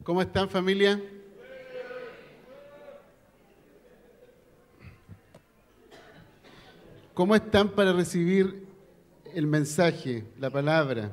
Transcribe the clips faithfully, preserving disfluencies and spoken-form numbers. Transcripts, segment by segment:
¿Cómo están, familia? ¿Cómo están para recibir el mensaje, la palabra?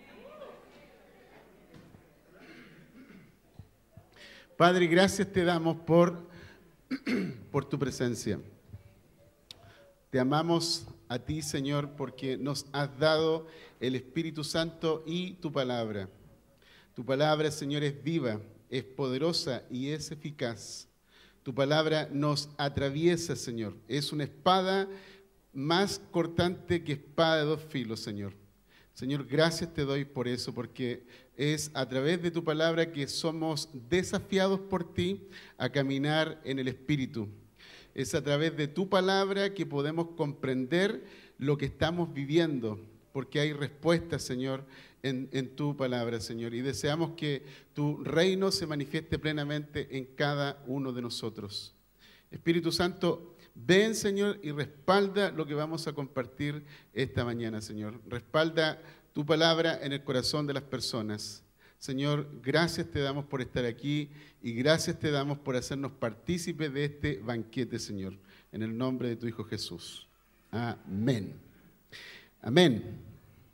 Padre, gracias te damos por, por tu presencia. Te amamos a ti, Señor, porque nos has dado el Espíritu Santo y tu palabra. Tu palabra, Señor, es viva, es poderosa y es eficaz. Tu palabra nos atraviesa, Señor. Es una espada más cortante que espada de dos filos, Señor. Señor, gracias te doy por eso, porque es a través de tu palabra que somos desafiados por ti a caminar en el Espíritu. Es a través de tu palabra que podemos comprender lo que estamos viviendo, porque hay respuestas, Señor, en, en tu palabra, Señor. Y deseamos que tu reino se manifieste plenamente en cada uno de nosotros. Espíritu Santo, ven, Señor, y respalda lo que vamos a compartir esta mañana, Señor. Respalda tu palabra en el corazón de las personas. Señor, gracias te damos por estar aquí y gracias te damos por hacernos partícipes de este banquete, Señor. En el nombre de tu Hijo Jesús. Amén. Amén.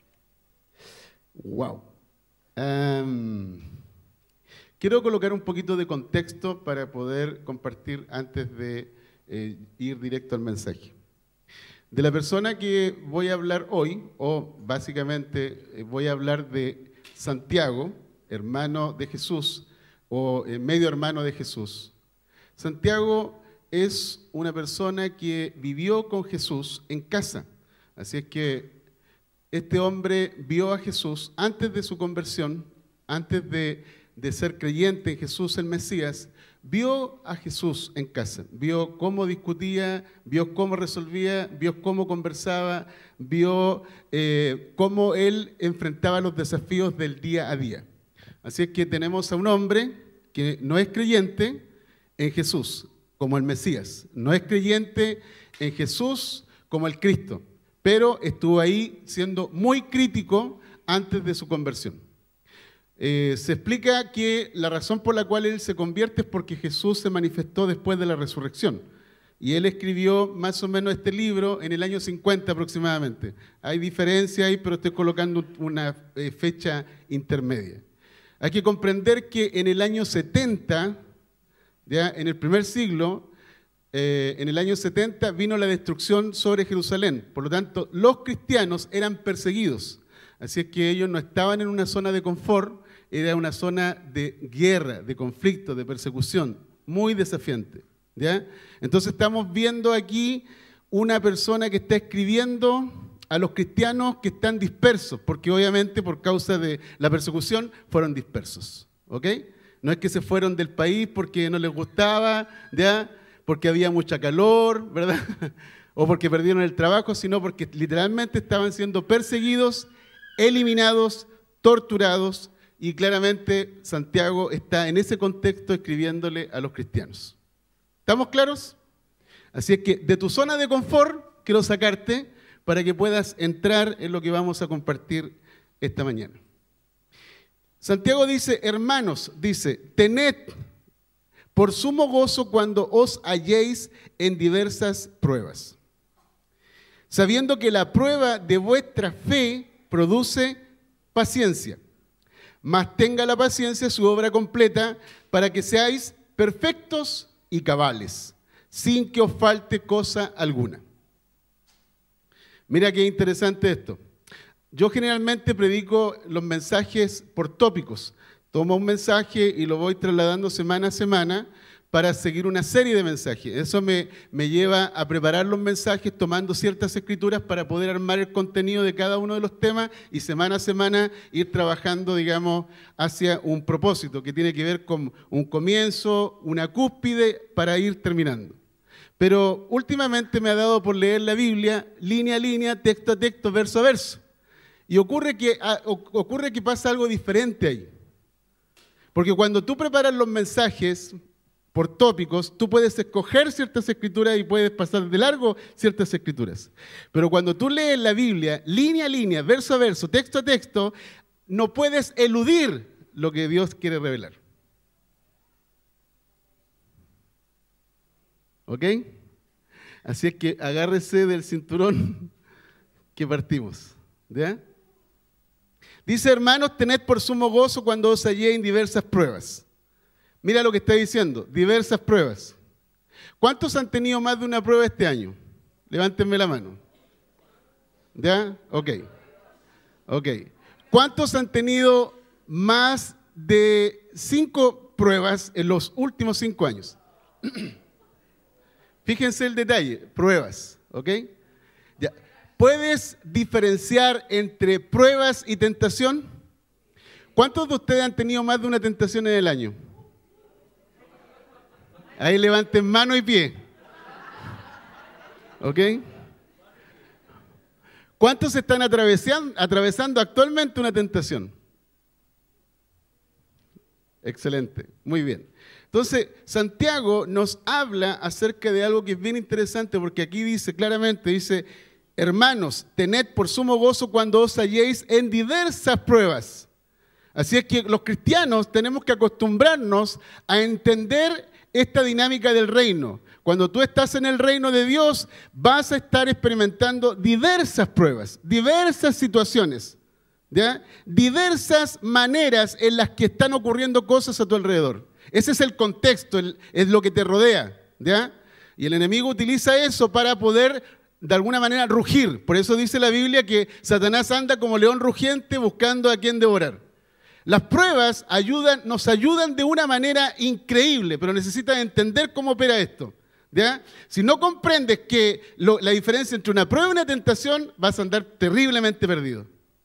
Wow. Um, quiero colocar un poquito de contexto para poder compartir antes de eh, ir directo al mensaje. De la persona que voy a hablar hoy, o básicamente eh, voy a hablar de Santiago, hermano de Jesús, o eh, medio hermano de Jesús. Santiago es una persona que vivió con Jesús en casa. Así es que este hombre vio a Jesús antes de su conversión, antes de, de ser creyente en Jesús el Mesías, vio a Jesús en casa, vio cómo discutía, vio cómo resolvía, vio cómo conversaba, vio eh, cómo él enfrentaba los desafíos del día a día. Así es que tenemos a un hombre que no es creyente en Jesús como el Mesías, no es creyente en Jesús como el Cristo, pero estuvo ahí siendo muy crítico antes de su conversión. Eh, se explica que la razón por la cual él se convierte es porque Jesús se manifestó después de la resurrección. Y él escribió más o menos este libro en el año cincuenta aproximadamente. Hay diferencia ahí, pero estoy colocando una eh, fecha intermedia. Hay que comprender que en el año setenta, ya en el primer siglo, Eh, en el año setenta vino la destrucción sobre Jerusalén. Por lo tanto, los cristianos eran perseguidos. Así es que ellos no estaban en una zona de confort, era una zona de guerra, de conflicto, de persecución, muy desafiante, ¿ya? Entonces estamos viendo aquí una persona que está escribiendo a los cristianos que están dispersos, porque obviamente por causa de la persecución fueron dispersos, ¿ok? No es que se fueron del país porque no les gustaba, ¿ya?, porque había mucha calor, ¿verdad? O porque perdieron el trabajo, sino porque literalmente estaban siendo perseguidos, eliminados, torturados, y claramente Santiago está en ese contexto escribiéndole a los cristianos. ¿Estamos claros? Así es que de tu zona de confort quiero sacarte para que puedas entrar en lo que vamos a compartir esta mañana. Santiago dice, hermanos, dice, tened por sumo gozo cuando os halléis en diversas pruebas, sabiendo que la prueba de vuestra fe produce paciencia, mas tenga la paciencia su obra completa para que seáis perfectos y cabales, sin que os falte cosa alguna. Mira qué interesante esto. Yo generalmente predico los mensajes por tópicos. Tomo un mensaje y lo voy trasladando semana a semana para seguir una serie de mensajes. Eso me, me lleva a preparar los mensajes tomando ciertas escrituras para poder armar el contenido de cada uno de los temas y semana a semana ir trabajando, digamos, hacia un propósito que tiene que ver con un comienzo, una cúspide para ir terminando. Pero últimamente me ha dado por leer la Biblia línea a línea, texto a texto, verso a verso. Y ocurre que, ocurre que pasa algo diferente ahí. Porque cuando tú preparas los mensajes por tópicos, tú puedes escoger ciertas escrituras y puedes pasar de largo ciertas escrituras. Pero cuando tú lees la Biblia, línea a línea, verso a verso, texto a texto, no puedes eludir lo que Dios quiere revelar. ¿Ok? Así es que agárrese del cinturón que partimos. ¿Ya? Dice, hermanos, tened por sumo gozo cuando os halléis en diversas pruebas. Mira lo que está diciendo, diversas pruebas. ¿Cuántos han tenido más de una prueba este año? Levántenme la mano. ¿Ya? Ok. Ok. ¿Cuántos han tenido más de cinco pruebas en los últimos cinco años? Fíjense el detalle, pruebas, ¿ok? Ya. ¿Puedes diferenciar entre pruebas y tentación? ¿Cuántos de ustedes han tenido más de una tentación en el año? Ahí levanten mano y pie. ¿Ok? ¿Cuántos están atravesando, atravesando actualmente una tentación? Excelente, muy bien. Entonces, Santiago nos habla acerca de algo que es bien interesante, porque aquí dice claramente, dice, hermanos, tened por sumo gozo cuando os halléis en diversas pruebas. Así es que los cristianos tenemos que acostumbrarnos a entender esta dinámica del reino. Cuando tú estás en el reino de Dios, vas a estar experimentando diversas pruebas, diversas situaciones, ¿ya? Diversas maneras en las que están ocurriendo cosas a tu alrededor. Ese es el contexto, el, es lo que te rodea, ¿ya? Y el enemigo utiliza eso para poder, de alguna manera, rugir. Por eso dice la Biblia que Satanás anda como león rugiente buscando a quien devorar. Las pruebas ayudan, nos ayudan de una manera increíble, pero necesitas entender cómo opera esto, ¿ya? Si no comprendes que lo, la diferencia entre una prueba y una tentación, vas a andar terriblemente perdido.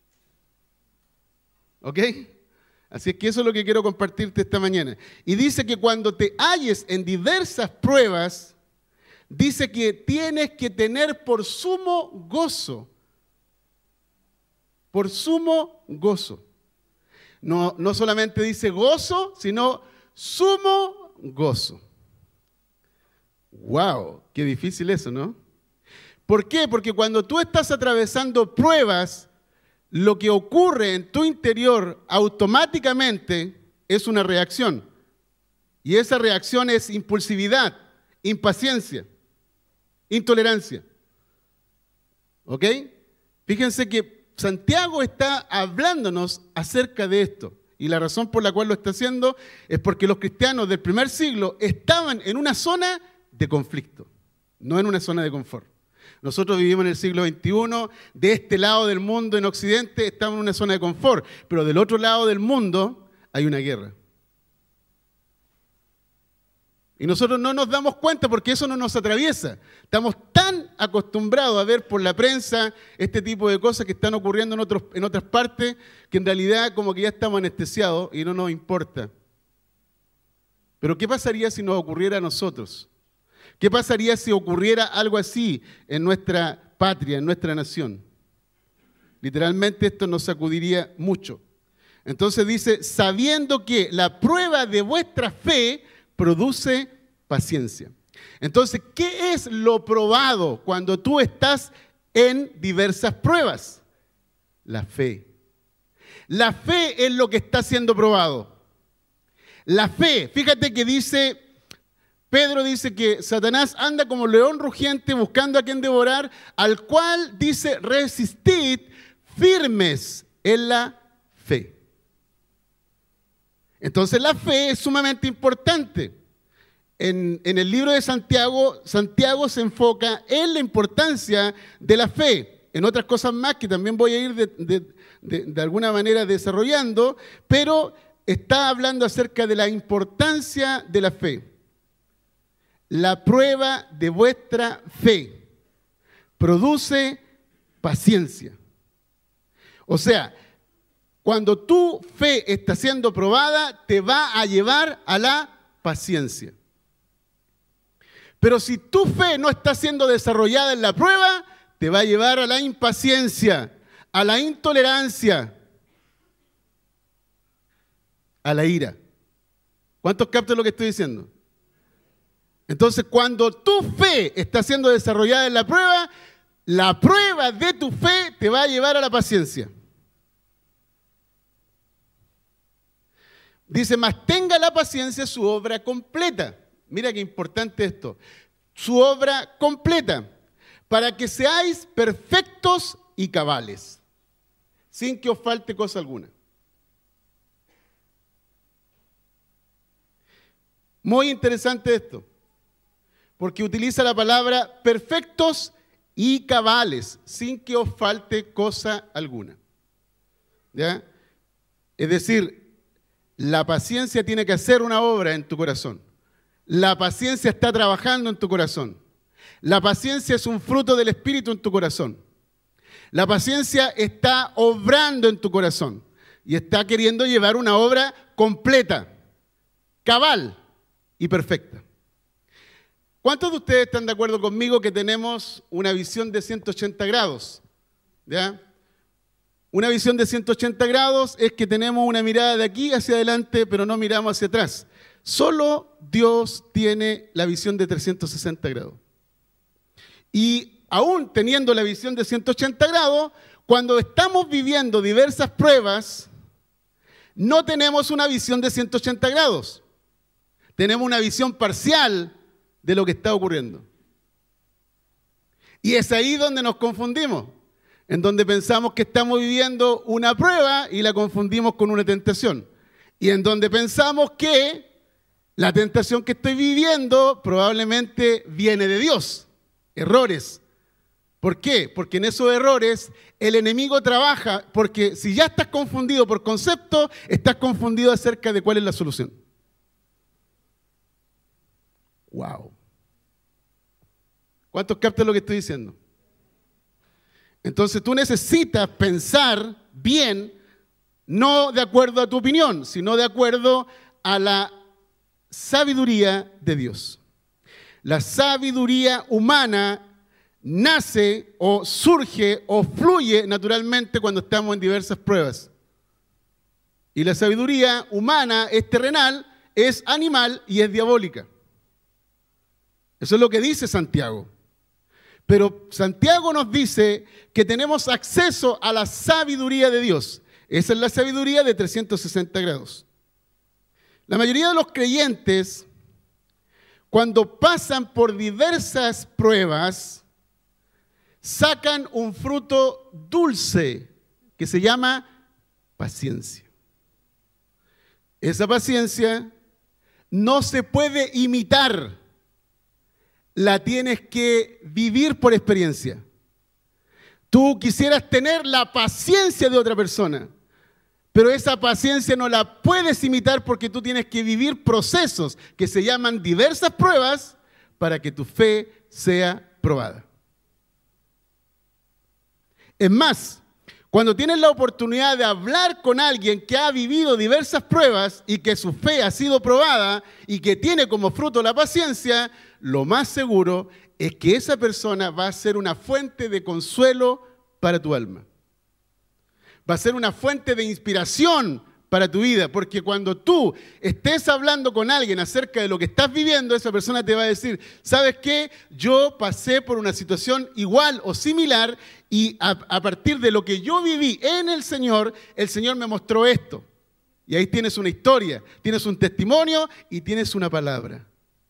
¿Ok? Así es que eso es lo que quiero compartirte esta mañana. Y dice que cuando te halles en diversas pruebas, dice que tienes que tener por sumo gozo. Por sumo gozo. No, no solamente dice gozo, sino sumo gozo. ¡Wow! Qué difícil eso, ¿no? ¿Por qué? Porque cuando tú estás atravesando pruebas, lo que ocurre en tu interior automáticamente es una reacción. Y esa reacción es impulsividad, impaciencia, intolerancia. ¿Ok? Fíjense que Santiago está hablándonos acerca de esto. Y la razón por la cual lo está haciendo es porque los cristianos del primer siglo estaban en una zona de conflicto, no en una zona de confort. Nosotros vivimos en el siglo veintiuno, de este lado del mundo, en Occidente, estamos en una zona de confort, pero del otro lado del mundo hay una guerra. Y nosotros no nos damos cuenta porque eso no nos atraviesa. Estamos tan acostumbrados a ver por la prensa este tipo de cosas que están ocurriendo en, otros, en otras partes, que en realidad como que ya estamos anestesiados y no nos importa. Pero ¿qué pasaría si nos ocurriera a nosotros? ¿Qué pasaría si ocurriera algo así en nuestra patria, en nuestra nación? Literalmente esto nos sacudiría mucho. Entonces dice, sabiendo que la prueba de vuestra fe produce paciencia. Entonces, ¿qué es lo probado cuando tú estás en diversas pruebas? La fe. La fe es lo que está siendo probado. La fe, fíjate que dice, Pedro dice que Satanás anda como león rugiente buscando a quien devorar, al cual dice, resistid firmes en la fe. Entonces la fe es sumamente importante. En, en el libro de Santiago, Santiago se enfoca en la importancia de la fe, en otras cosas más que también voy a ir de, de, de, de alguna manera desarrollando, pero está hablando acerca de la importancia de la fe. La prueba de vuestra fe produce paciencia. O sea, cuando tu fe está siendo probada, te va a llevar a la paciencia. Pero si tu fe no está siendo desarrollada en la prueba, te va a llevar a la impaciencia, a la intolerancia, a la ira. ¿Cuántos captan lo que estoy diciendo? Entonces, cuando tu fe está siendo desarrollada en la prueba, la prueba de tu fe te va a llevar a la paciencia. Dice, mas tenga la paciencia su obra completa. Mira qué importante esto. su obra completa, para que seáis perfectos y cabales, sin que os falte cosa alguna. Muy interesante esto, porque utiliza la palabra perfectos y cabales, sin que os falte cosa alguna. ¿Ya? Es decir, la paciencia tiene que hacer una obra en tu corazón. La paciencia está trabajando en tu corazón. La paciencia es un fruto del Espíritu en tu corazón. La paciencia está obrando en tu corazón y está queriendo llevar una obra completa, cabal y perfecta. ¿Cuántos de ustedes están de acuerdo conmigo que tenemos una visión de ciento ochenta grados? ¿Ya? Una visión de ciento ochenta grados es que tenemos una mirada de aquí hacia adelante, pero no miramos hacia atrás. Solo Dios tiene la visión de trescientos sesenta grados. Y aún teniendo la visión de ciento ochenta grados, cuando estamos viviendo diversas pruebas, no tenemos una visión de ciento ochenta grados. Tenemos una visión parcial de lo que está ocurriendo. Y es ahí donde nos confundimos, en donde pensamos que estamos viviendo una prueba y la confundimos con una tentación. Y en donde pensamos que la tentación que estoy viviendo probablemente viene de Dios. Errores. ¿Por qué? Porque en esos errores el enemigo trabaja, porque si ya estás confundido por concepto, estás confundido acerca de cuál es la solución. Wow. ¿Cuántos captan lo que estoy diciendo? Entonces tú necesitas pensar bien, no de acuerdo a tu opinión, sino de acuerdo a la sabiduría de Dios. La sabiduría humana nace o surge o fluye naturalmente cuando estamos en diversas pruebas. Y la sabiduría humana es terrenal, es animal y es diabólica. Eso es lo que dice Santiago. Pero Santiago nos dice que tenemos acceso a la sabiduría de Dios. Esa es la sabiduría de trescientos sesenta grados. La mayoría de los creyentes, cuando pasan por diversas pruebas, sacan un fruto dulce que se llama paciencia. Esa paciencia no se puede imitar, la tienes que vivir por experiencia. Tú quisieras tener la paciencia de otra persona, pero esa paciencia no la puedes imitar porque tú tienes que vivir procesos que se llaman diversas pruebas para que tu fe sea probada. Es más, cuando tienes la oportunidad de hablar con alguien que ha vivido diversas pruebas y que su fe ha sido probada y que tiene como fruto la paciencia, lo más seguro es que esa persona va a ser una fuente de consuelo para tu alma. Va a ser una fuente de inspiración para tu vida, porque cuando tú estés hablando con alguien acerca de lo que estás viviendo, esa persona te va a decir, ¿sabes qué? Yo pasé por una situación igual o similar y a, a partir de lo que yo viví en el Señor, el Señor me mostró esto. Y ahí tienes una historia, tienes un testimonio y tienes una palabra.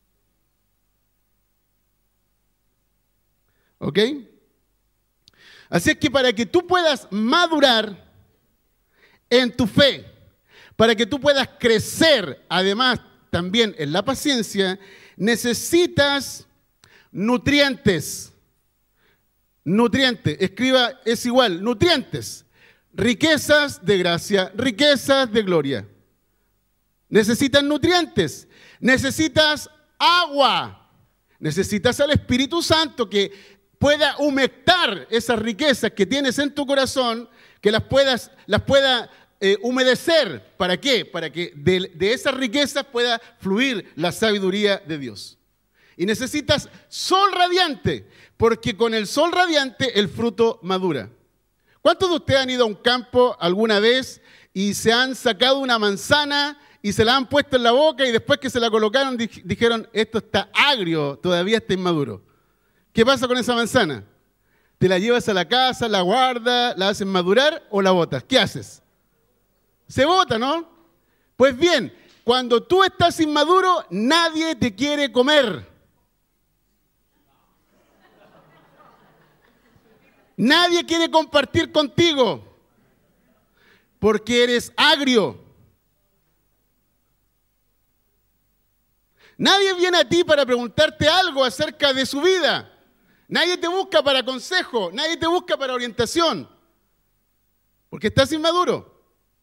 ¿Ok? Así es que para que tú puedas madurar en tu fe, para que tú puedas crecer, además también en la paciencia, necesitas nutrientes. Nutrientes, escriba, es igual, nutrientes. Riquezas de gracia, riquezas de gloria. Necesitas nutrientes, necesitas agua, necesitas al Espíritu Santo que pueda humectar esas riquezas que tienes en tu corazón, que las, puedas, las pueda eh, humedecer. ¿Para qué? Para que de, de esas riquezas pueda fluir la sabiduría de Dios. Y necesitas sol radiante, porque con el sol radiante el fruto madura. ¿Cuántos de ustedes han ido a un campo alguna vez y se han sacado una manzana y se la han puesto en la boca y después que se la colocaron dijeron, esto está agrio, todavía está inmaduro? ¿Qué pasa con esa manzana? ¿Te la llevas a la casa, la guardas, la haces madurar o la botas? ¿Qué haces? Se bota, ¿no? Pues bien, cuando tú estás inmaduro, nadie te quiere comer. Nadie quiere compartir contigo porque eres agrio. Nadie viene a ti para preguntarte algo acerca de su vida. Nadie te busca para consejo, nadie te busca para orientación, porque estás inmaduro.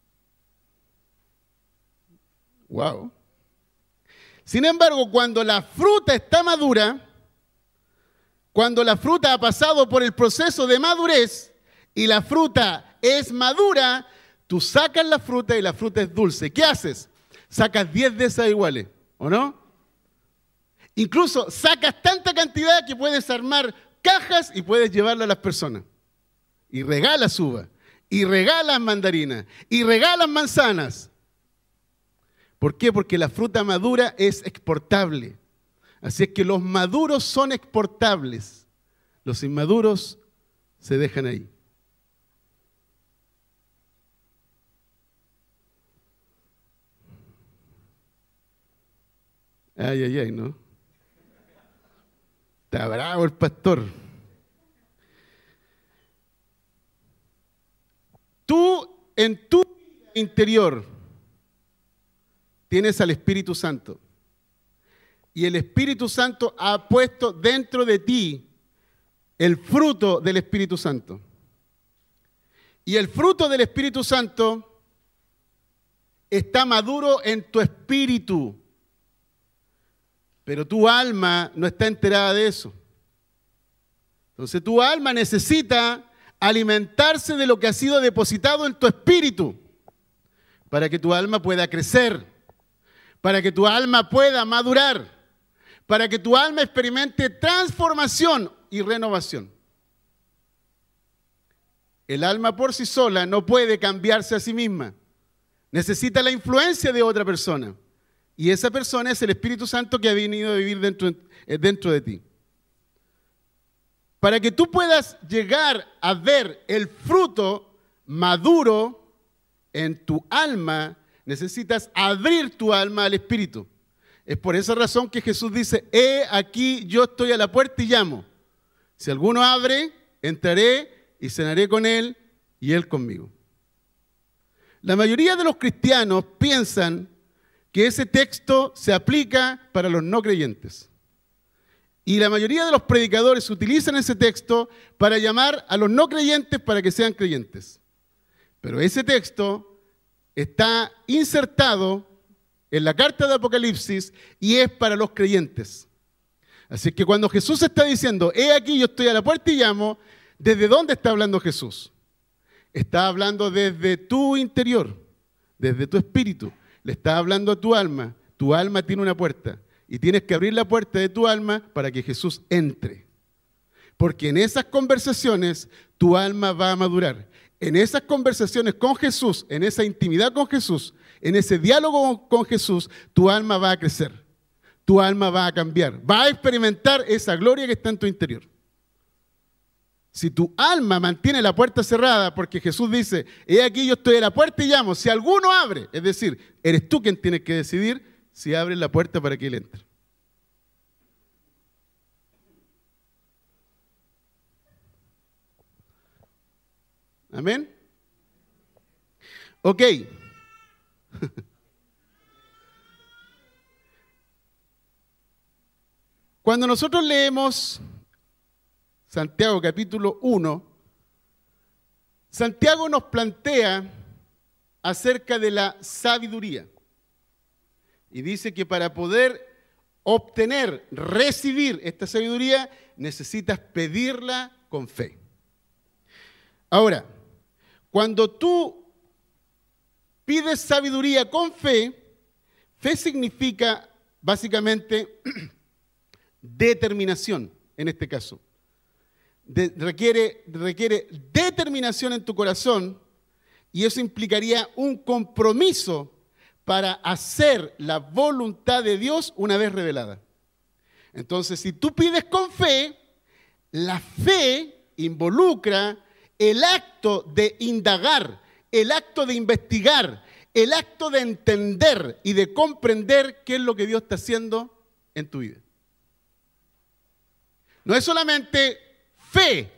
Wow. Sin embargo, cuando la fruta está madura, cuando la fruta ha pasado por el proceso de madurez y la fruta es madura, tú sacas la fruta y la fruta es dulce. ¿Qué haces? Sacas diez de esas iguales, ¿o no? Incluso sacas tanta cantidad que puedes armar cajas y puedes llevarla a las personas. Y regalas uva, y regalas mandarinas, y regalas manzanas. ¿Por qué? Porque la fruta madura es exportable. Así es que los maduros son exportables. Los inmaduros se dejan ahí. Ay, ay, ay, ¿no? Está bravo el pastor. Tú, en tu interior, tienes al Espíritu Santo. Y el Espíritu Santo ha puesto dentro de ti el fruto del Espíritu Santo. Y el fruto del Espíritu Santo está maduro en tu espíritu. Pero tu alma no está enterada de eso. Entonces tu alma necesita alimentarse de lo que ha sido depositado en tu espíritu para que tu alma pueda crecer, para que tu alma pueda madurar, para que tu alma experimente transformación y renovación. El alma por sí sola no puede cambiarse a sí misma. Necesita la influencia de otra persona. Y esa persona es el Espíritu Santo que ha venido a vivir dentro, dentro de ti. Para que tú puedas llegar a ver el fruto maduro en tu alma, necesitas abrir tu alma al Espíritu. Es por esa razón que Jesús dice, he aquí yo estoy a la puerta y llamo. Si alguno abre, entraré y cenaré con él y él conmigo. La mayoría de los cristianos piensan que ese texto se aplica para los no creyentes. Y la mayoría de los predicadores utilizan ese texto para llamar a los no creyentes para que sean creyentes. Pero ese texto está insertado en la carta de Apocalipsis y es para los creyentes. Así que cuando Jesús está diciendo, he aquí yo estoy a la puerta y llamo, ¿desde dónde está hablando Jesús? Está hablando desde tu interior, desde tu espíritu. Le está hablando a tu alma. Tu alma tiene una puerta y tienes que abrir la puerta de tu alma para que Jesús entre. Porque en esas conversaciones tu alma va a madurar. En esas conversaciones con Jesús, en esa intimidad con Jesús, en ese diálogo con Jesús, tu alma va a crecer. Tu alma va a cambiar. Va a experimentar esa gloria que está en tu interior. Si tu alma mantiene la puerta cerrada, porque Jesús dice, he aquí yo estoy a la puerta y llamo, si alguno abre, es decir, eres tú quien tienes que decidir si abres la puerta para que él entre. ¿Amén? Ok. Cuando nosotros leemos Santiago capítulo uno, Santiago nos plantea acerca de la sabiduría. Y dice que para poder obtener, recibir esta sabiduría, necesitas pedirla con fe. Ahora, cuando tú pides sabiduría con fe, fe significa básicamente determinación en este caso. De, requiere, requiere determinación en tu corazón y eso implicaría un compromiso para hacer la voluntad de Dios una vez revelada. Entonces, si tú pides con fe, la fe involucra el acto de indagar, el acto de investigar, el acto de entender y de comprender qué es lo que Dios está haciendo en tu vida. No es solamente fe,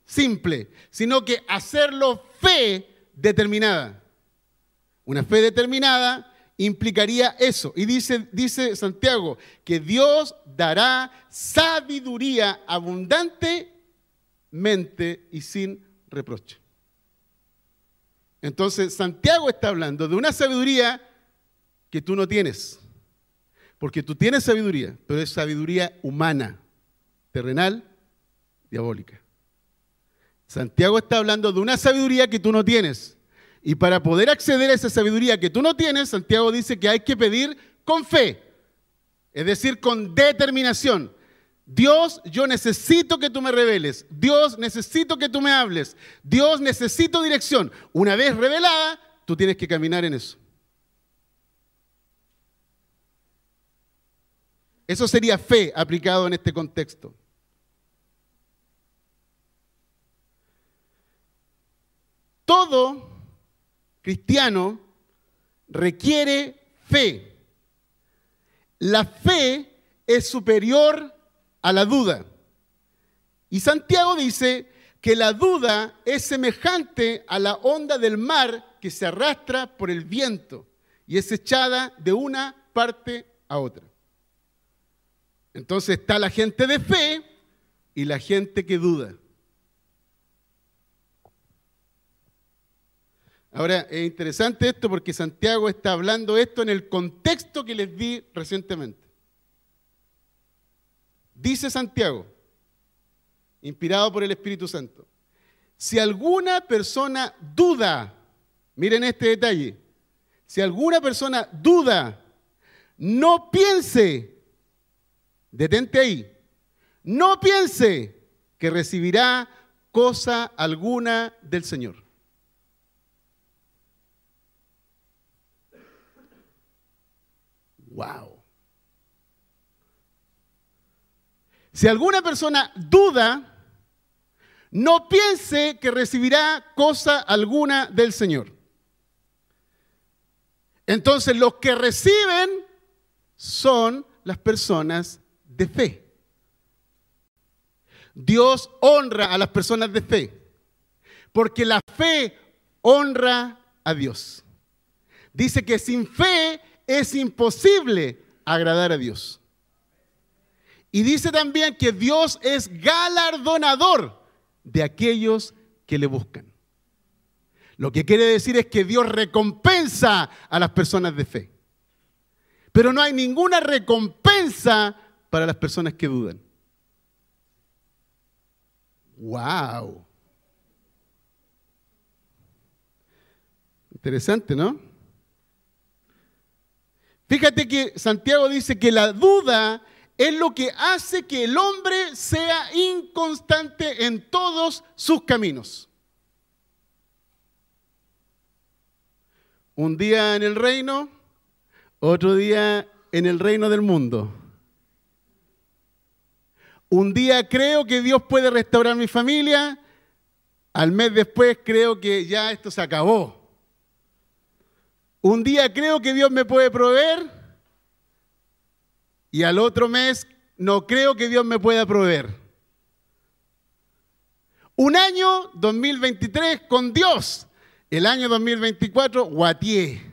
simple, sino que hacerlo fe determinada. Una fe determinada implicaría eso. Y dice, dice Santiago que Dios dará sabiduría abundantemente y sin reproche. Entonces Santiago está hablando de una sabiduría que tú no tienes. Porque tú tienes sabiduría, pero es sabiduría humana, terrenal, diabólica. Santiago está hablando de una sabiduría que tú no tienes. Y para poder acceder a esa sabiduría que tú no tienes, Santiago dice que hay que pedir con fe. Es decir, con determinación. Dios, yo necesito que tú me reveles. Dios, necesito que tú me hables. Dios, necesito dirección. Una vez revelada, tú tienes que caminar en eso. Eso sería fe aplicado en este contexto. Todo cristiano requiere fe. La fe es superior a la duda. Y Santiago dice que la duda es semejante a la onda del mar que se arrastra por el viento y es echada de una parte a otra. Entonces está la gente de fe y la gente que duda. Ahora, es interesante esto porque Santiago está hablando esto en el contexto que les di recientemente. Dice Santiago, inspirado por el Espíritu Santo, si alguna persona duda, miren este detalle, si alguna persona duda, no piense, detente ahí, no piense que recibirá cosa alguna del Señor. Wow. Si alguna persona duda, no piense que recibirá cosa alguna del Señor. Entonces, los que reciben son las personas de fe. Dios honra a las personas de fe, porque la fe honra a Dios. Dice que sin fe es imposible agradar a Dios. Y dice también que Dios es galardonador de aquellos que le buscan. Lo que quiere decir es que Dios recompensa a las personas de fe. Pero no hay ninguna recompensa para las personas que dudan. ¡Wow! Interesante, ¿no? Fíjate que Santiago dice que la duda es lo que hace que el hombre sea inconstante en todos sus caminos. Un día en el reino, otro día en el reino del mundo. Un día creo que Dios puede restaurar mi familia, al mes después creo que ya esto se acabó. Un día creo que Dios me puede proveer y al otro mes no creo que Dios me pueda proveer. Un año, dos mil veintitrés, con Dios. El año dos mil veinticuatro, guatié.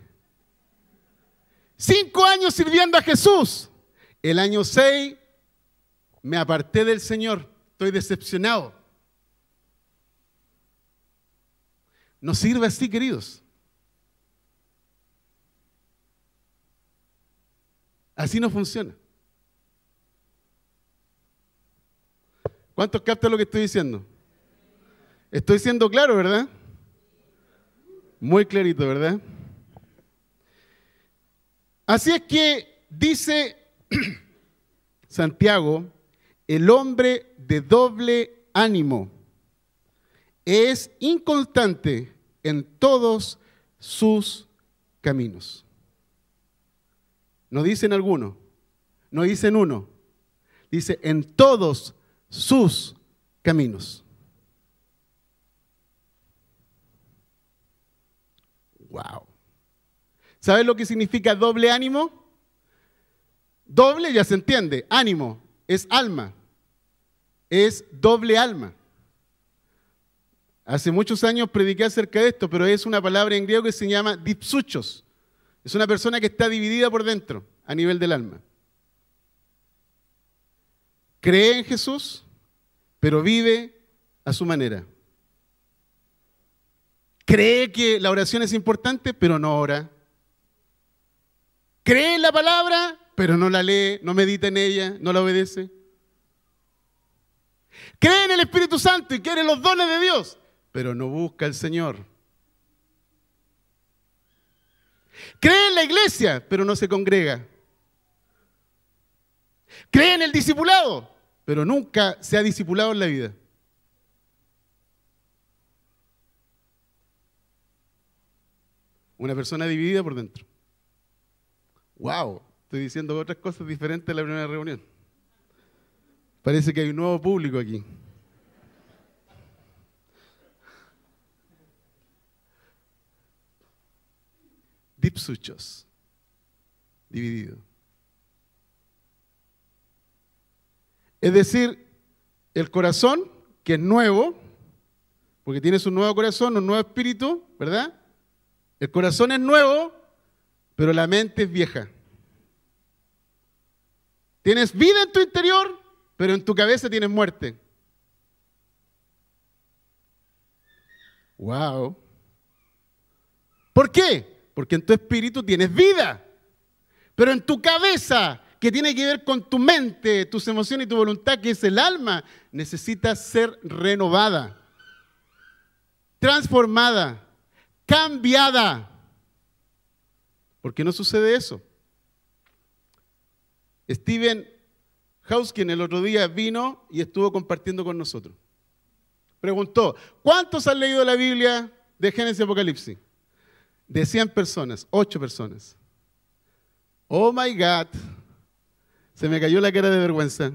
Cinco años sirviendo a Jesús. El año seis, me aparté del Señor. Estoy decepcionado. No sirve así, queridos. Así no funciona. ¿Cuántos captan lo que estoy diciendo? Estoy siendo claro, ¿verdad? Muy clarito, ¿verdad? Así es que dice Santiago, el hombre de doble ánimo es inconstante en todos sus caminos. No dicen alguno, no dicen uno, dice en todos sus caminos. Wow. ¿Sabes lo que significa doble ánimo? Doble ya se entiende, ánimo es alma, es doble alma. Hace muchos años prediqué acerca de esto, pero es una palabra en griego que se llama dipsuchos. Es una persona que está dividida por dentro, a nivel del alma. Cree en Jesús, pero vive a su manera. Cree que la oración es importante, pero no ora. Cree en la palabra, pero no la lee, no medita en ella, no la obedece. Cree en el Espíritu Santo y quiere los dones de Dios, pero no busca al Señor. Cree en la iglesia, pero no se congrega. Cree en el discipulado, pero nunca se ha discipulado en la vida. Una persona dividida por dentro. ¡Wow! Estoy diciendo otras cosas diferentes a la primera reunión. Parece que hay un nuevo público aquí. Dipsuchos. Dividido. Es decir, el corazón, que es nuevo, porque tienes un nuevo corazón, un nuevo espíritu, ¿verdad? El corazón es nuevo, pero la mente es vieja. Tienes vida en tu interior, pero en tu cabeza tienes muerte. ¡Wow! ¿Por qué? Porque en tu espíritu tienes vida, pero en tu cabeza, que tiene que ver con tu mente, tus emociones y tu voluntad, que es el alma, necesita ser renovada, transformada, cambiada. ¿Por qué no sucede eso? Stephen Hawking el otro día vino y estuvo compartiendo con nosotros. Preguntó, ¿cuántos han leído la Biblia de Génesis y Apocalipsis? De cien personas, ocho personas. Oh my God, se me cayó la cara de vergüenza.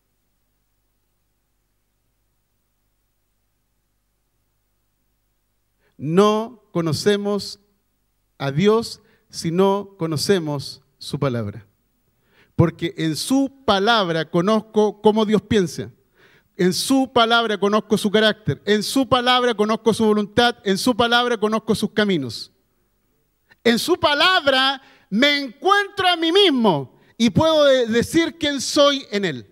No conocemos a Dios si no conocemos su palabra. Porque en su palabra conozco cómo Dios piensa. En su palabra conozco su carácter. En su palabra conozco su voluntad. En su palabra conozco sus caminos. En su palabra me encuentro a mí mismo y puedo decir quién soy en él.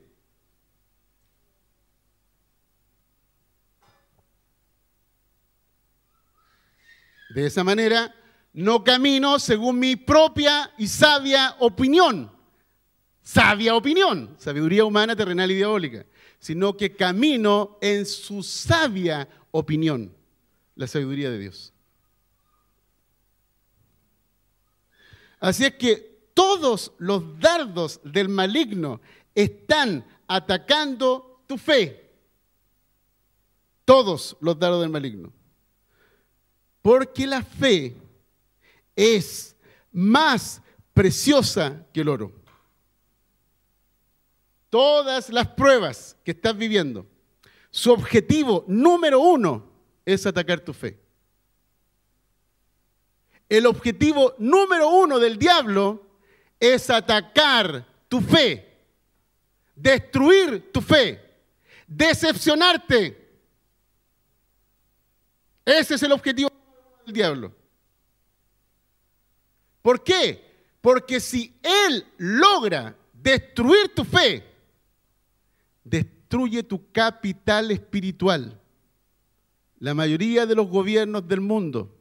De esa manera, no camino según mi propia y sabia opinión. Sabia opinión, sabiduría humana, terrenal y diabólica, sino que camino en su sabia opinión, la sabiduría de Dios. Así es que todos los dardos del maligno están atacando tu fe. Todos los dardos del maligno. Porque la fe es más preciosa que el oro. Todas las pruebas que estás viviendo, su objetivo número uno es atacar tu fe. El objetivo número uno del diablo es atacar tu fe, destruir tu fe, decepcionarte. Ese es el objetivo del diablo. ¿Por qué? Porque si él logra destruir tu fe, destruye tu capital espiritual. La mayoría de los gobiernos del mundo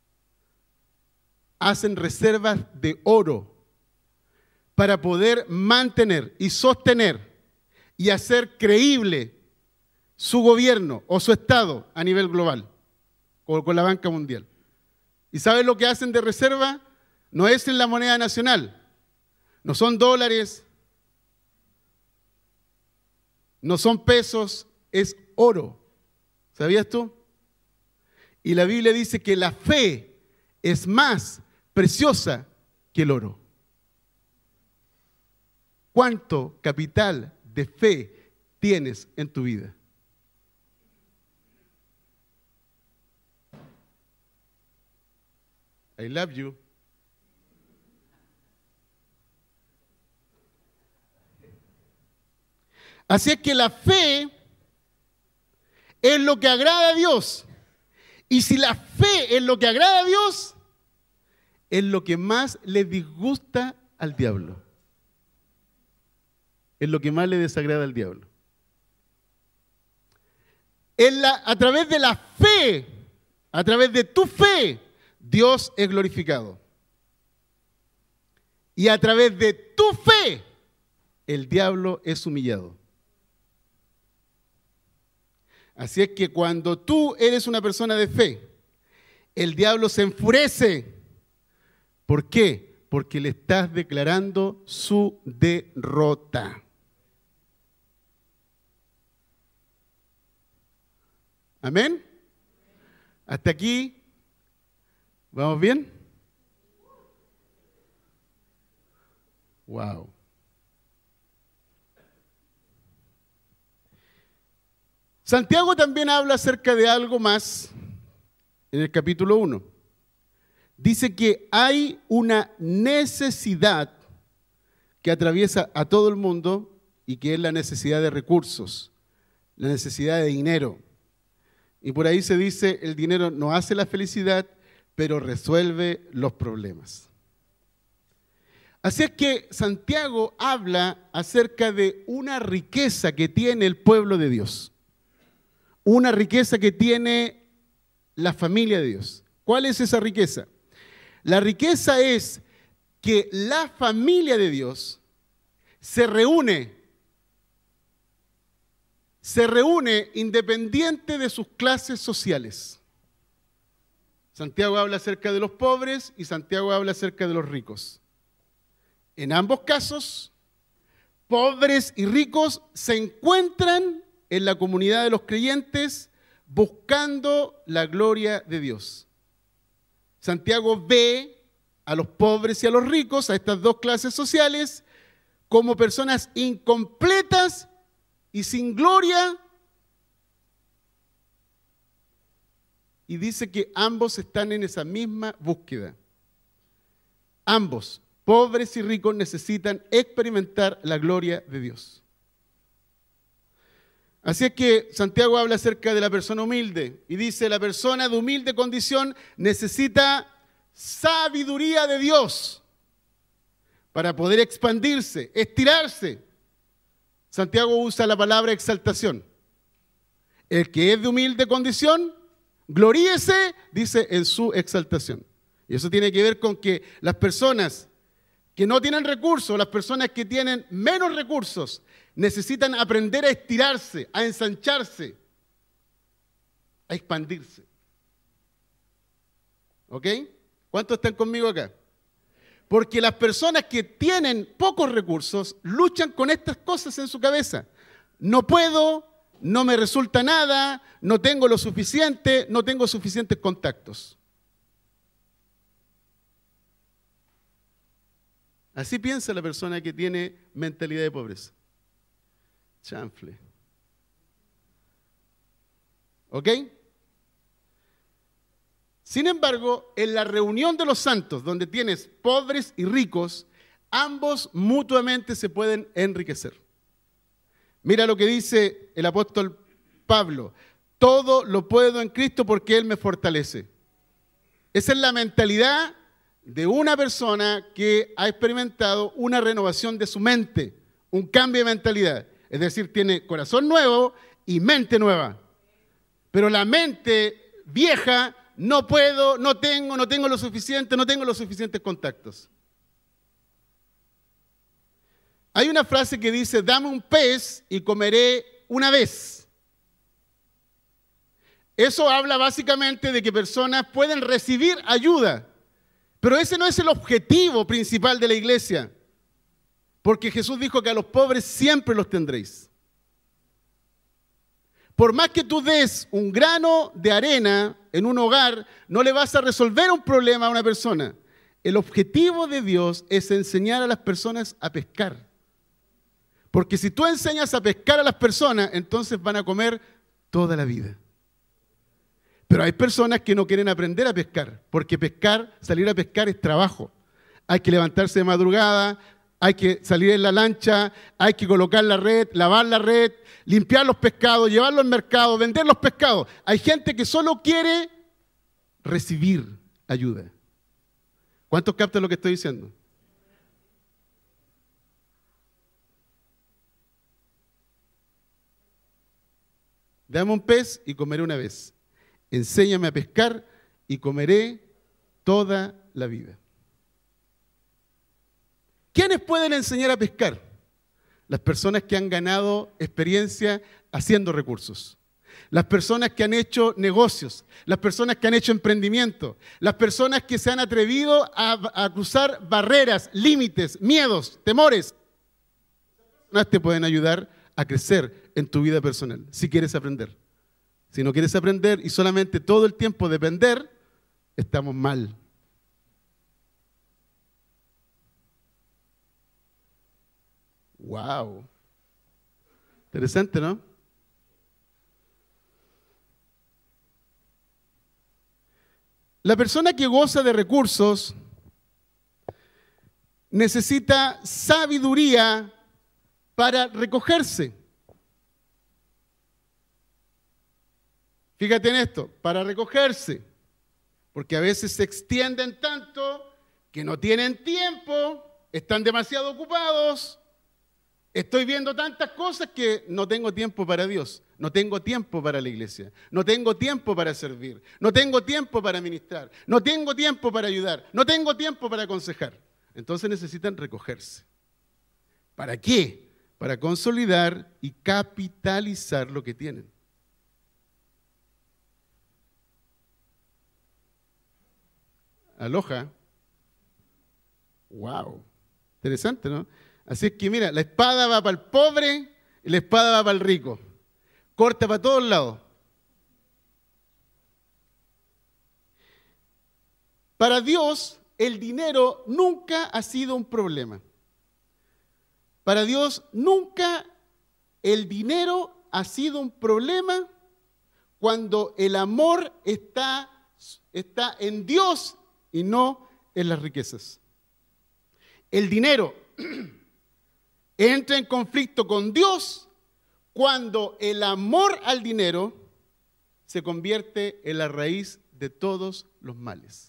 hacen reservas de oro para poder mantener y sostener y hacer creíble su gobierno o su estado a nivel global o con la banca mundial. ¿Y sabes lo que hacen de reserva? No es en la moneda nacional, no son dólares, no son pesos, es oro. ¿Sabías tú? Y la Biblia dice que la fe es más preciosa que el oro. ¿Cuánto capital de fe tienes en tu vida? I love you. Así es que la fe es lo que agrada a Dios. Y si la fe es lo que agrada a Dios, es lo que más le disgusta al diablo. Es lo que más le desagrada al diablo. En la, a través de la fe, a través de tu fe, Dios es glorificado. Y a través de tu fe, el diablo es humillado. Así es que cuando tú eres una persona de fe, el diablo se enfurece. ¿Por qué? Porque le estás declarando su derrota. ¿Amén? ¿Hasta aquí? ¿Vamos bien? Wow. Santiago también habla acerca de algo más en el capítulo uno. Dice que hay una necesidad que atraviesa a todo el mundo y que es la necesidad de recursos, la necesidad de dinero. Y por ahí se dice, el dinero no hace la felicidad, pero resuelve los problemas. Así es que Santiago habla acerca de una riqueza que tiene el pueblo de Dios. Una riqueza que tiene la familia de Dios. ¿Cuál es esa riqueza? La riqueza es que la familia de Dios se reúne, se reúne independiente de sus clases sociales. Santiago habla acerca de los pobres y Santiago habla acerca de los ricos. En ambos casos, pobres y ricos se encuentran en la comunidad de los creyentes buscando la gloria de Dios. Santiago ve a los pobres y a los ricos, a estas dos clases sociales, como personas incompletas y sin gloria. Y dice que ambos están en esa misma búsqueda. Ambos, pobres y ricos, necesitan experimentar la gloria de Dios. Así es que Santiago habla acerca de la persona humilde y dice, la persona de humilde condición necesita sabiduría de Dios para poder expandirse, estirarse. Santiago usa la palabra exaltación. El que es de humilde condición, gloríese, dice, en su exaltación. Y eso tiene que ver con que las personas que no tienen recursos, las personas que tienen menos recursos, necesitan aprender a estirarse, a ensancharse, a expandirse. ¿Ok? ¿Cuántos están conmigo acá? Porque las personas que tienen pocos recursos luchan con estas cosas en su cabeza. No puedo, no me resulta nada, no tengo lo suficiente, no tengo suficientes contactos. Así piensa la persona que tiene mentalidad de pobreza. Chanfle. ¿Ok? Sin embargo, en la reunión de los santos, donde tienes pobres y ricos, ambos mutuamente se pueden enriquecer. Mira lo que dice el apóstol Pablo. Todo lo puedo en Cristo porque Él me fortalece. Esa es la mentalidad de una persona que ha experimentado una renovación de su mente, un cambio de mentalidad. Es decir, tiene corazón nuevo y mente nueva. Pero la mente vieja, no puedo, no tengo, no tengo lo suficiente, no tengo los suficientes contactos. Hay una frase que dice, dame un pez y comeré una vez. Eso habla básicamente de que personas pueden recibir ayuda, pero ese no es el objetivo principal de la iglesia. Porque Jesús dijo que a los pobres siempre los tendréis. Por más que tú des un grano de arena en un hogar, no le vas a resolver un problema a una persona. El objetivo de Dios es enseñar a las personas a pescar. Porque si tú enseñas a pescar a las personas, entonces van a comer toda la vida. Pero hay personas que no quieren aprender a pescar, porque pescar, salir a pescar es trabajo. Hay que levantarse de madrugada, hay que salir en la lancha, hay que colocar la red, lavar la red, limpiar los pescados, llevarlos al mercado, vender los pescados. Hay gente que solo quiere recibir ayuda. ¿Cuántos captan lo que estoy diciendo? Dame un pez y comeré una vez. Enséñame a pescar y comeré toda la vida. ¿Quiénes pueden enseñar a pescar? Las personas que han ganado experiencia haciendo recursos. Las personas que han hecho negocios, las personas que han hecho emprendimiento, las personas que se han atrevido a, a cruzar barreras, límites, miedos, temores. Esas personas te pueden ayudar a crecer en tu vida personal, si quieres aprender. Si no quieres aprender y solamente todo el tiempo depender, estamos mal. Wow. Interesante, ¿no? La persona que goza de recursos necesita sabiduría para recogerse. Fíjate en esto, para recogerse, porque a veces se extienden tanto que no tienen tiempo, están demasiado ocupados, estoy viendo tantas cosas que no tengo tiempo para Dios, no tengo tiempo para la iglesia, no tengo tiempo para servir, no tengo tiempo para ministrar, no tengo tiempo para ayudar, no tengo tiempo para aconsejar. Entonces necesitan recogerse. ¿Para qué? Para consolidar y capitalizar lo que tienen. Aloha. Wow. Interesante, ¿no? Así es que mira, la espada va para el pobre y la espada va para el rico. Corta para todos lados. Para Dios, el dinero nunca ha sido un problema. Para Dios, nunca el dinero ha sido un problema cuando el amor está, está en Dios y no en las riquezas. El dinero entra en conflicto con Dios cuando el amor al dinero se convierte en la raíz de todos los males.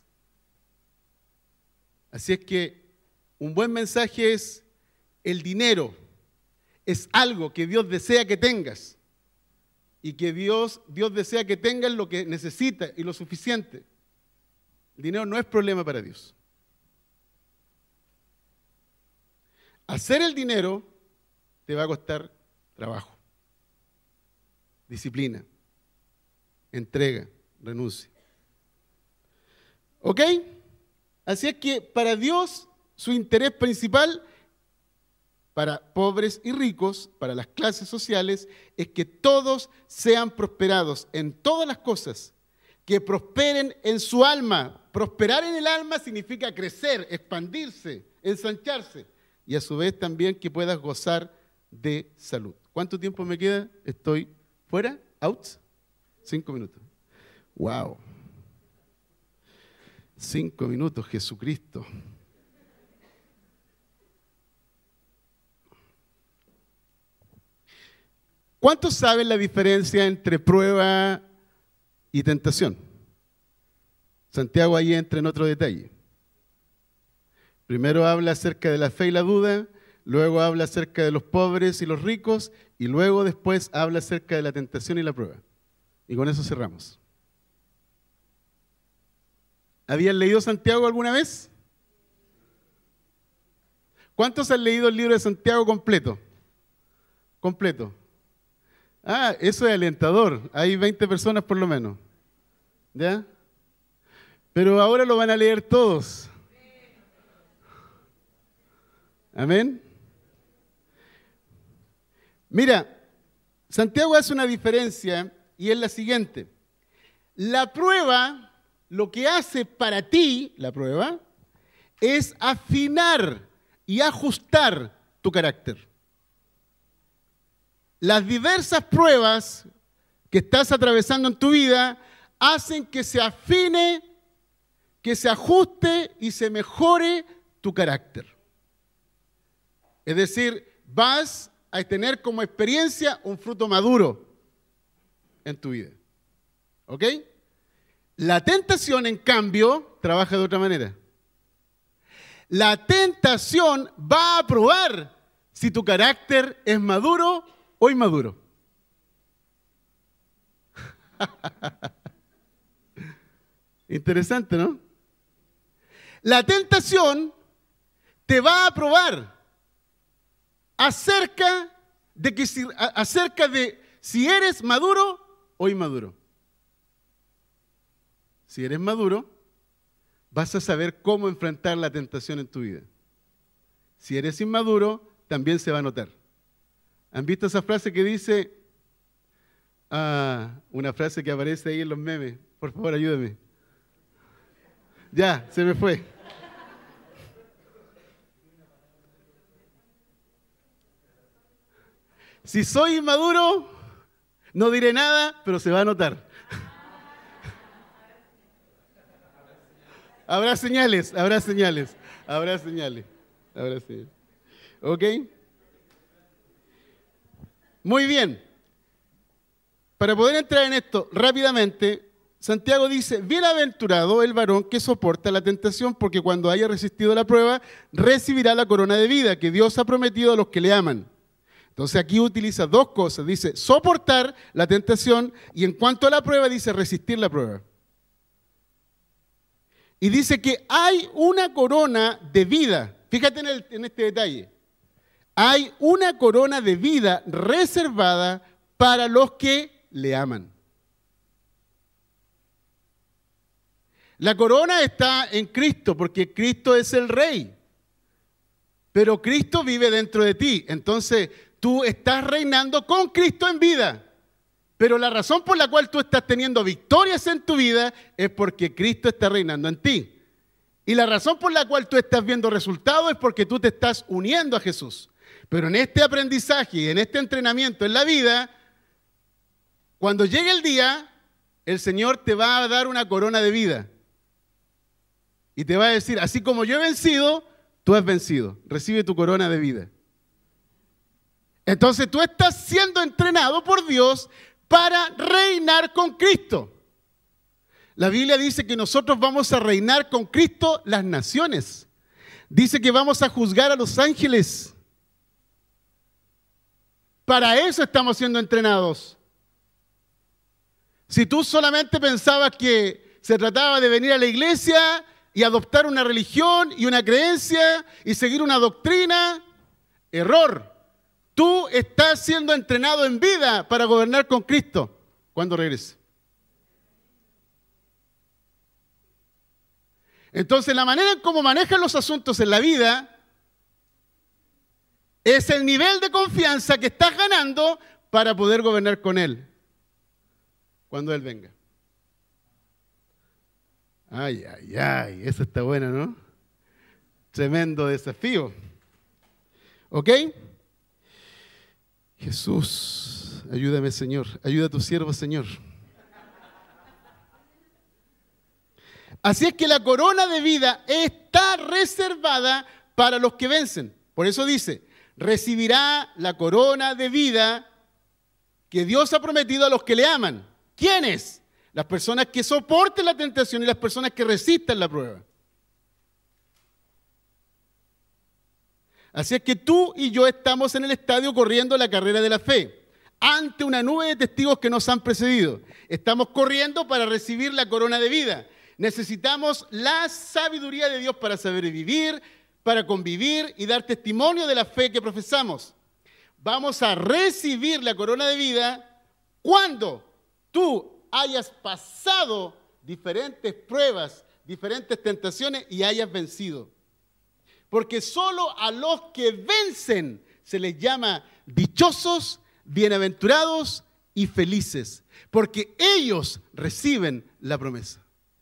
Así es que un buen mensaje es: el dinero es algo que Dios desea que tengas y que Dios, Dios desea que tengas lo que necesitas y lo suficiente. El dinero no es problema para Dios. Hacer el dinero te va a costar trabajo, disciplina, entrega, renuncia. ¿Ok? Así es que para Dios su interés principal, para pobres y ricos, para las clases sociales, es que todos sean prosperados en todas las cosas, que prosperen en su alma. Prosperar en el alma significa crecer, expandirse, ensancharse, y a su vez también que puedas gozar de salud. ¿Cuánto tiempo me queda? ¿Estoy fuera? ¿Out? Cinco minutos. ¡Wow! Cinco minutos, Jesucristo. ¿Cuántos saben la diferencia entre prueba y tentación? Santiago ahí entra en otro detalle. Primero habla acerca de la fe y la duda, luego habla acerca de los pobres y los ricos, y luego después habla acerca de la tentación y la prueba. Y con eso cerramos. ¿Habían leído Santiago alguna vez? ¿Cuántos han leído el libro de Santiago completo? Completo. Ah, eso es alentador. Hay veinte personas por lo menos. ¿Ya? Pero ahora lo van a leer todos. Amén. Mira, Santiago hace una diferencia y es la siguiente. La prueba, lo que hace para ti, la prueba, es afinar y ajustar tu carácter. Las diversas pruebas que estás atravesando en tu vida hacen que se afine, que se ajuste y se mejore tu carácter. Es decir, vas a tener como experiencia un fruto maduro en tu vida. ¿Ok? La tentación, en cambio, trabaja de otra manera. La tentación va a probar si tu carácter es maduro o inmaduro. Interesante, ¿no? La tentación te va a probar acerca de, que si, acerca de si eres maduro o inmaduro. Si eres maduro, vas a saber cómo enfrentar la tentación en tu vida. Si eres inmaduro, también se va a notar. ¿Han visto esa frase que dice, ah, una frase que aparece ahí en los memes? Por favor, ayúdame. Ya, se me fue. Si soy inmaduro, no diré nada, pero se va a notar. Habrá señales, habrá señales, habrá señales, habrá señales. ¿Ok? Muy bien. Para poder entrar en esto rápidamente, Santiago dice, bienaventurado el varón que soporta la tentación, porque cuando haya resistido la prueba, recibirá la corona de vida que Dios ha prometido a los que le aman. Entonces aquí utiliza dos cosas, dice soportar la tentación y en cuanto a la prueba dice resistir la prueba. Y dice que hay una corona de vida, fíjate en, el, en este detalle, hay una corona de vida reservada para los que le aman. La corona está en Cristo porque Cristo es el Rey, pero Cristo vive dentro de ti, entonces tú estás reinando con Cristo en vida. Pero la razón por la cual tú estás teniendo victorias en tu vida es porque Cristo está reinando en ti. Y la razón por la cual tú estás viendo resultados es porque tú te estás uniendo a Jesús. Pero en este aprendizaje y en este entrenamiento en la vida, cuando llegue el día, el Señor te va a dar una corona de vida. Y te va a decir, así como yo he vencido, tú has vencido. Recibe tu corona de vida. Entonces tú estás siendo entrenado por Dios para reinar con Cristo. La Biblia dice que nosotros vamos a reinar con Cristo las naciones. Dice que vamos a juzgar a los ángeles. Para eso estamos siendo entrenados. Si tú solamente pensabas que se trataba de venir a la iglesia y adoptar una religión y una creencia y seguir una doctrina, error. Tú estás siendo entrenado en vida para gobernar con Cristo cuando regrese. Entonces, la manera en cómo manejan los asuntos en la vida es el nivel de confianza que estás ganando para poder gobernar con Él cuando Él venga. Ay, ay, ay, eso está bueno, ¿no? Tremendo desafío. ¿Ok? Jesús, ayúdame, Señor. Ayuda a tu siervo, Señor. Así es que la corona de vida está reservada para los que vencen. Por eso dice, recibirá la corona de vida que Dios ha prometido a los que le aman. ¿Quiénes? Las personas que soporten la tentación y las personas que resistan la prueba. Así es que tú y yo estamos en el estadio corriendo la carrera de la fe, ante una nube de testigos que nos han precedido. Estamos corriendo para recibir la corona de vida. Necesitamos la sabiduría de Dios para saber vivir, para convivir y dar testimonio de la fe que profesamos. Vamos a recibir la corona de vida cuando tú hayas pasado diferentes pruebas, diferentes tentaciones y hayas vencido. Porque solo a los que vencen se les llama dichosos, bienaventurados y felices, porque ellos reciben la promesa.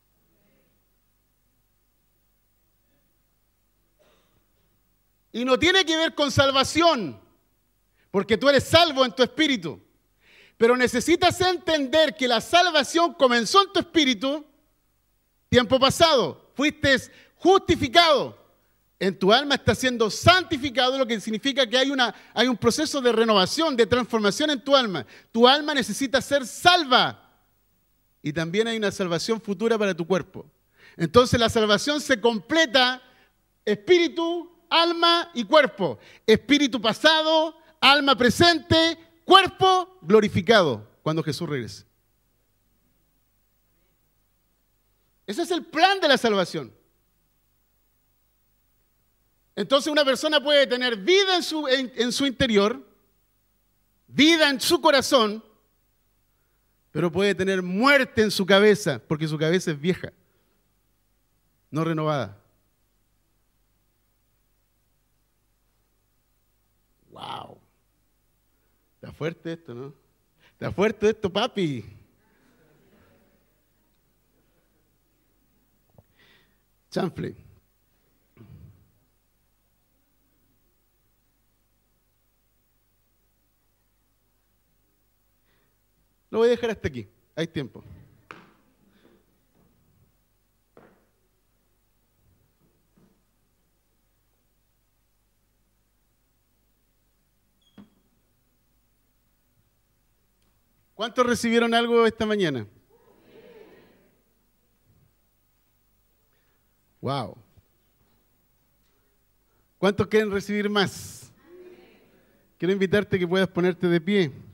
Y no tiene que ver con salvación, porque tú eres salvo en tu espíritu. Pero necesitas entender que la salvación comenzó en tu espíritu tiempo pasado. Fuiste justificado. En tu alma está siendo santificado, lo que significa que hay, una, hay un proceso de renovación, de transformación en tu alma. Tu alma necesita ser salva. y también hay una salvación futura para tu cuerpo. Entonces la salvación se completa espíritu, alma y cuerpo. Espíritu pasado, alma presente, cuerpo glorificado cuando Jesús regrese. Ese es el plan de la salvación. Entonces una persona puede tener vida en su, en, en su interior, vida en su corazón, pero puede tener muerte en su cabeza, porque su cabeza es vieja, no renovada. ¡Wow! Está fuerte esto, ¿no? Está fuerte esto, papi. Chanfle. Lo voy a dejar hasta aquí. Hay tiempo. ¿Cuántos recibieron algo esta mañana? Wow. ¿Cuántos quieren recibir más? Quiero invitarte a que puedas ponerte de pie.